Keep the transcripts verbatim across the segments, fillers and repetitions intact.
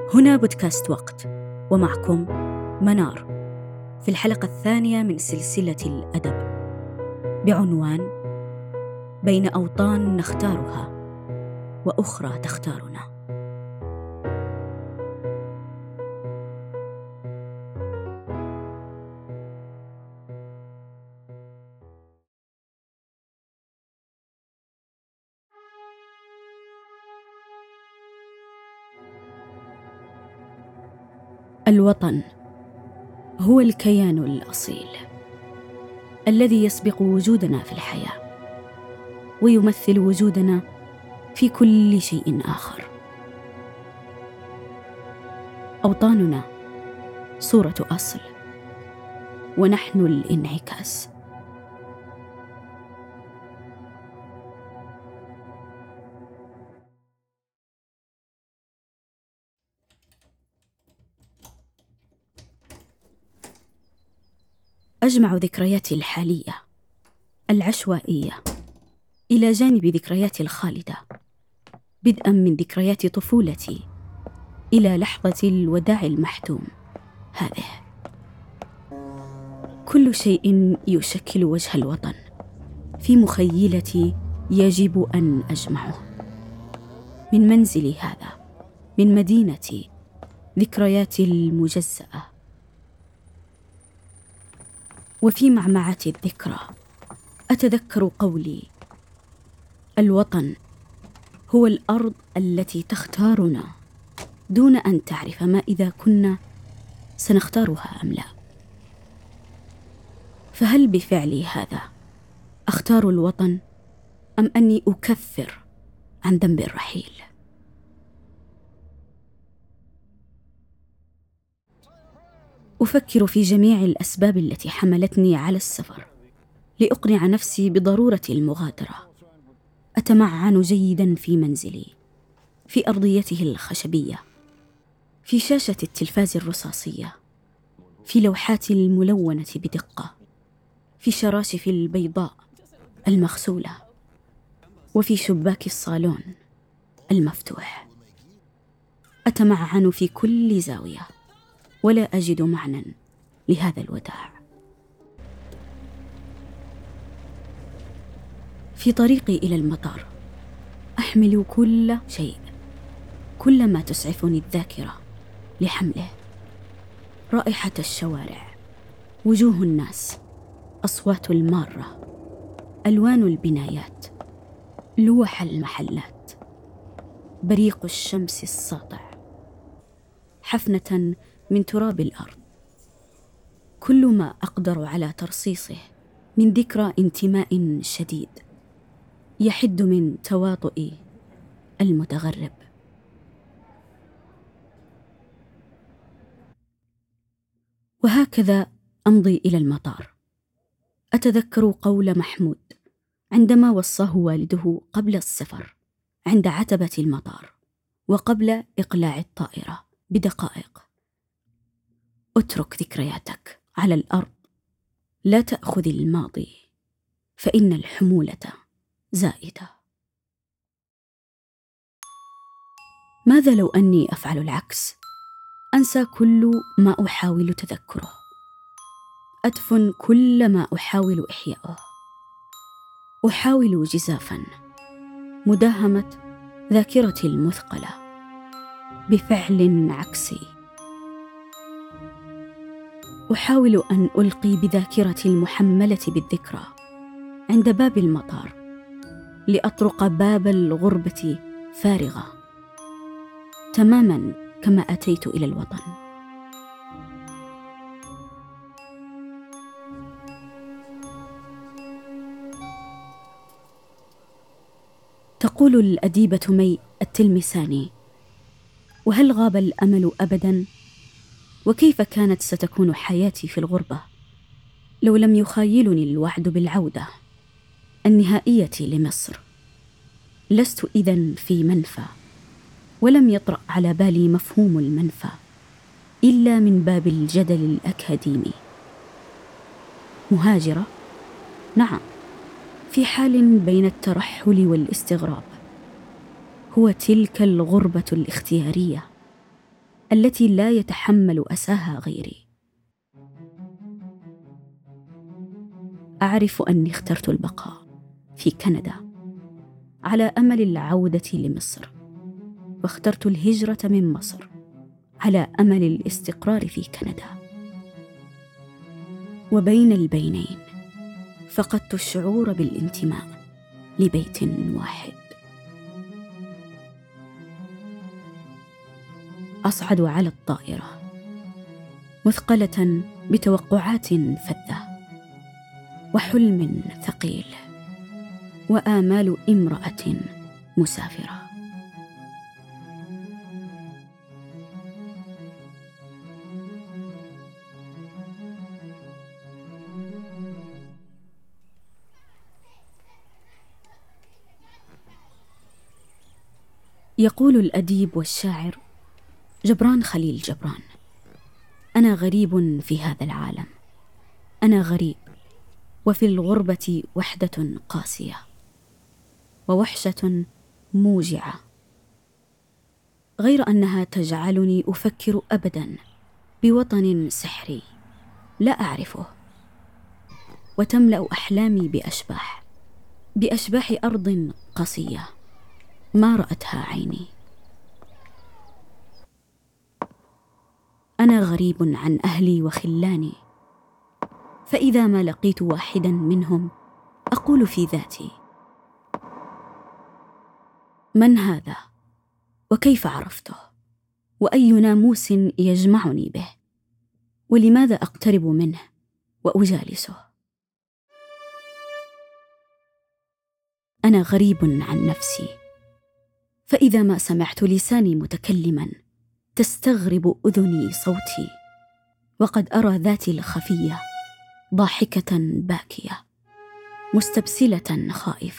هنا بودكاست وقت، ومعكم منار في الحلقة الثانية من سلسلة الأدب بعنوان بين أوطان نختارها وأخرى تختارنا. الوطن هو الكيان الأصيل الذي يسبق وجودنا في الحياة ويمثل وجودنا في كل شيء آخر. أوطاننا صورة أصل، ونحن الانعكاس. أجمع ذكرياتي الحالية العشوائية إلى جانب ذكرياتي الخالدة، بدءا من ذكريات طفولتي إلى لحظة الوداع المحتوم هذه. كل شيء يشكل وجه الوطن في مخيلتي يجب أن أجمعه، من منزلي هذا، من مدينتي، ذكرياتي المجزأة. وفي معمعة الذكرى أتذكر قولي: الوطن هو الأرض التي تختارنا دون أن تعرف ما إذا كنا سنختارها أم لا. فهل بفعلي هذا أختار الوطن، أم أني أكفر عن ذنب الرحيل؟ أفكر في جميع الأسباب التي حملتني على السفر لأقنع نفسي بضرورة المغادرة. أتمعن جيدا في منزلي، في أرضيته الخشبية، في شاشة التلفاز الرصاصية، في لوحات الملونة بدقة، في شراشف البيضاء المغسولة، وفي شباك الصالون المفتوح. أتمعن في كل زاوية ولا أجد معنى لهذا الوداع. في طريقي إلى المطار أحمل كل شيء، كل ما تسعفني الذاكرة لحمله: رائحة الشوارع، وجوه الناس، أصوات المارة، ألوان البنايات، لوح المحلات، بريق الشمس الساطع، حفنة من تراب الأرض. كل ما أقدر على ترصيصه من ذكرى انتماء شديد يحد من تواطؤ المتغرب. وهكذا أمضي إلى المطار. أتذكر قول محمود عندما وصاه والده قبل السفر عند عتبة المطار وقبل إقلاع الطائرة بدقائق: اترك ذكرياتك على الأرض، لا تأخذ الماضي، فإن الحمولة زائدة. ماذا لو أني أفعل العكس؟ أنسى كل ما أحاول تذكره، أدفن كل ما أحاول إحياؤه، أحاول جزافا مداهمة ذاكرتي المثقلة بفعل عكسي. أحاول أن ألقي بذاكرتي المحملة بالذكرى عند باب المطار لأطرق باب الغربة فارغة، تماما كما أتيت إلى الوطن. تقول الأديبة مي التلمساني: وهل غاب الأمل أبدا؟ وكيف كانت ستكون حياتي في الغربة لو لم يخايلني الوعد بالعودة النهائية لمصر؟ لست إذن في منفى، ولم يطرأ على بالي مفهوم المنفى إلا من باب الجدل الأكاديمي. مهاجرة؟ نعم، في حال بين الترحل والاستغراب. هو تلك الغربة الاختيارية التي لا يتحمل أساها غيري. أعرف أني اخترت البقاء في كندا على أمل العودة لمصر، واخترت الهجرة من مصر على أمل الاستقرار في كندا. وبين البينين فقدت الشعور بالانتماء لبيت واحد. أصعد على الطائرة مثقلة بتوقعات فذة وحلم ثقيل وآمال امرأة مسافرة. يقول الأديب والشاعر جبران خليل جبران: أنا غريب في هذا العالم، أنا غريب، وفي الغربة وحدة قاسية ووحشة موجعة، غير أنها تجعلني أفكر أبداً بوطن سحري لا أعرفه، وتملأ أحلامي بأشباح بأشباح أرض قاسية ما رأتها عيني. أنا غريب عن أهلي وخلاني، فإذا ما لقيت واحدا منهم أقول في ذاتي: من هذا؟ وكيف عرفته؟ وأي ناموس يجمعني به؟ ولماذا أقترب منه وأجالسه؟ أنا غريب عن نفسي، فإذا ما سمعت لساني متكلما تستغرب أذني صوتي، وقد أرى ذاتي الخفية ضاحكة باكية مستبسلة خائفة،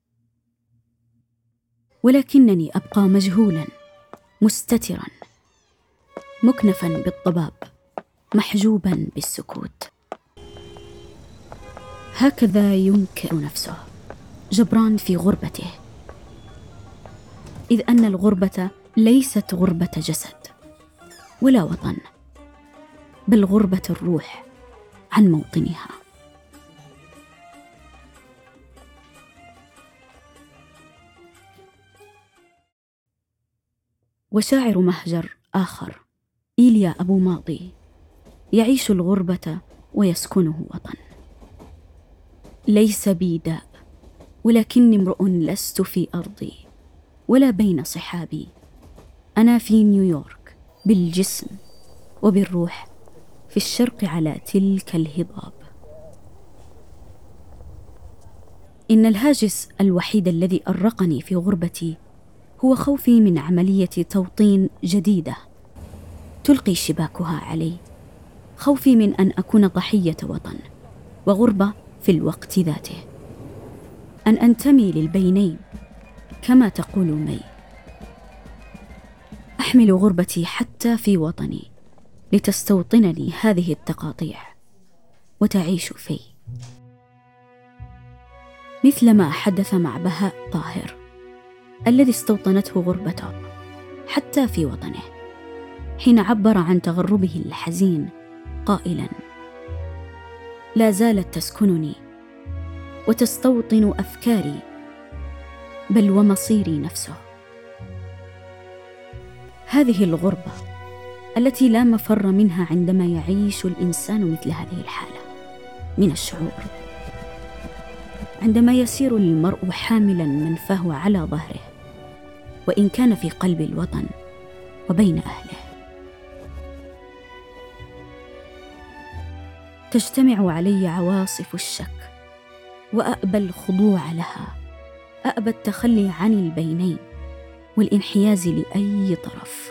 ولكنني أبقى مجهولا مستترا مكنفا بالضباب محجوبا بالسكوت. هكذا ينكر نفسه جبران في غربته، إذ أن الغربة ليست غربة جسد ولا وطن، بل غربة الروح عن موطنها. وشاعر مهجر آخر إيليا أبو ماضي يعيش الغربة ويسكنه وطن. ليس بي داء، ولكني امرؤ لست في أرضي ولا بين صحابي، أنا في نيويورك بالجسم وبالروح، في الشرق على تلك الهضاب. إن الهاجس الوحيد الذي أرقني في غربتي هو خوفي من عملية توطين جديدة تلقي شباكها علي، خوفي من أن أكون ضحية وطن وغربة في الوقت ذاته، أن أنتمي للبينين كما تقول مي. أحمل غربتي حتى في وطني لتستوطنني هذه التقاطيع وتعيش في، مثل ما حدث مع بهاء طاهر الذي استوطنته غربته حتى في وطنه، حين عبر عن تغربه الحزين قائلا: لا زالت تسكنني وتستوطن أفكاري بل ومصيري نفسه. هذه الغربة التي لا مفر منها عندما يعيش الإنسان مثل هذه الحالة من الشعور، عندما يسير المرء حاملا منفاه على ظهره وإن كان في قلب الوطن وبين أهله. تجتمع علي عواصف الشك وأأبى الخضوع لها، أأبى التخلي عن البينين والانحياز لأي طرف.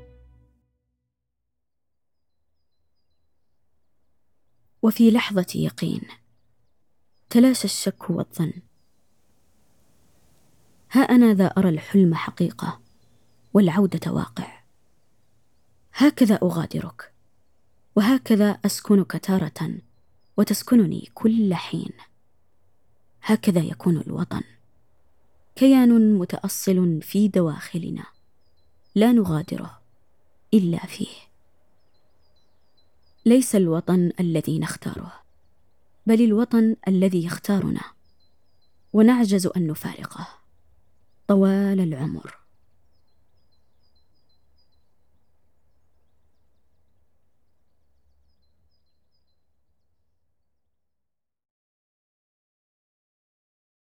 وفي لحظة يقين تلاشى الشك والظن، ها أنا ذا أرى الحلم حقيقة والعودة واقع. هكذا أغادرك، وهكذا أسكنك تارة وتسكنني كل حين. هكذا يكون الوطن، كيان متأصل في دواخلنا لا نغادره إلا فيه. ليس الوطن الذي نختاره، بل الوطن الذي يختارنا، ونعجز أن نفارقه طوال العمر.